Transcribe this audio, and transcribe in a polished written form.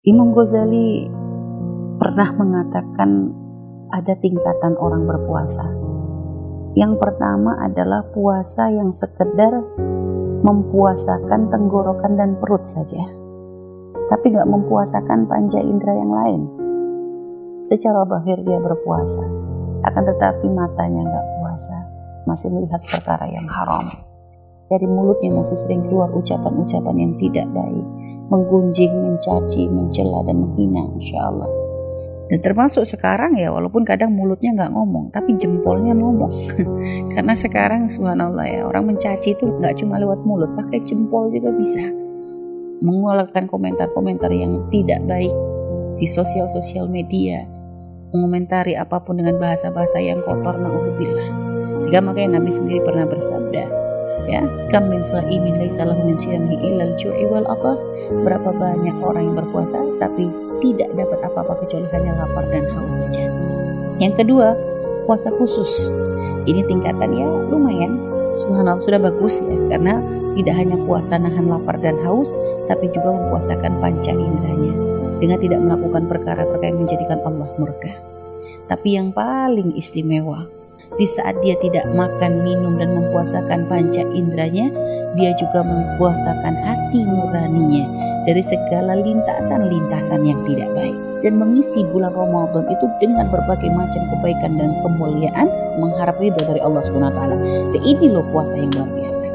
Imam Ghazali pernah mengatakan ada tingkatan orang berpuasa. Yang pertama adalah puasa yang sekedar mempuasakan tenggorokan dan perut saja, tapi gak mempuasakan panca indera yang lain. Secara zahir dia berpuasa, akan tetapi matanya gak puasa, masih melihat perkara yang haram. Dari mulutnya masih sering keluar ucapan-ucapan yang tidak baik, menggunjing, mencaci, mencela, dan menghina, Masya Allah. Dan termasuk sekarang ya, walaupun kadang mulutnya gak ngomong, tapi jempolnya ngomong. Karena sekarang subhanallah ya, orang mencaci itu gak cuma lewat mulut, pakai jempol juga bisa. Mengeluarkan komentar-komentar yang tidak baik di sosial media, mengomentari apapun dengan bahasa-bahasa yang kotor, na'udzubillah. Sehingga makanya Nabi sendiri pernah bersabda, ya, kam min shaimin laisa lahu min shiyamihi illa al-ju'i wal atas. Berapa banyak orang yang berpuasa tapi tidak dapat apa-apa kecuali hanya lapar dan haus saja. Yang kedua, puasa khusus. Ini tingkatannya lumayan, subhanallah, sudah bagus ya, karena tidak hanya puasa nahan lapar dan haus, tapi juga mempuasakan panca inderanya dengan tidak melakukan perkara-perkara yang menjadikan Allah murka. Tapi yang paling istimewa, di saat dia tidak makan, minum, dan mempuasakan panca inderanya, dia juga mempuasakan hati nuraninya dari segala lintasan-lintasan yang tidak baik, dan mengisi bulan Ramadan itu dengan berbagai macam kebaikan dan kemuliaan, mengharap ridho dari Allah SWT. Dan ini loh puasa yang luar biasa.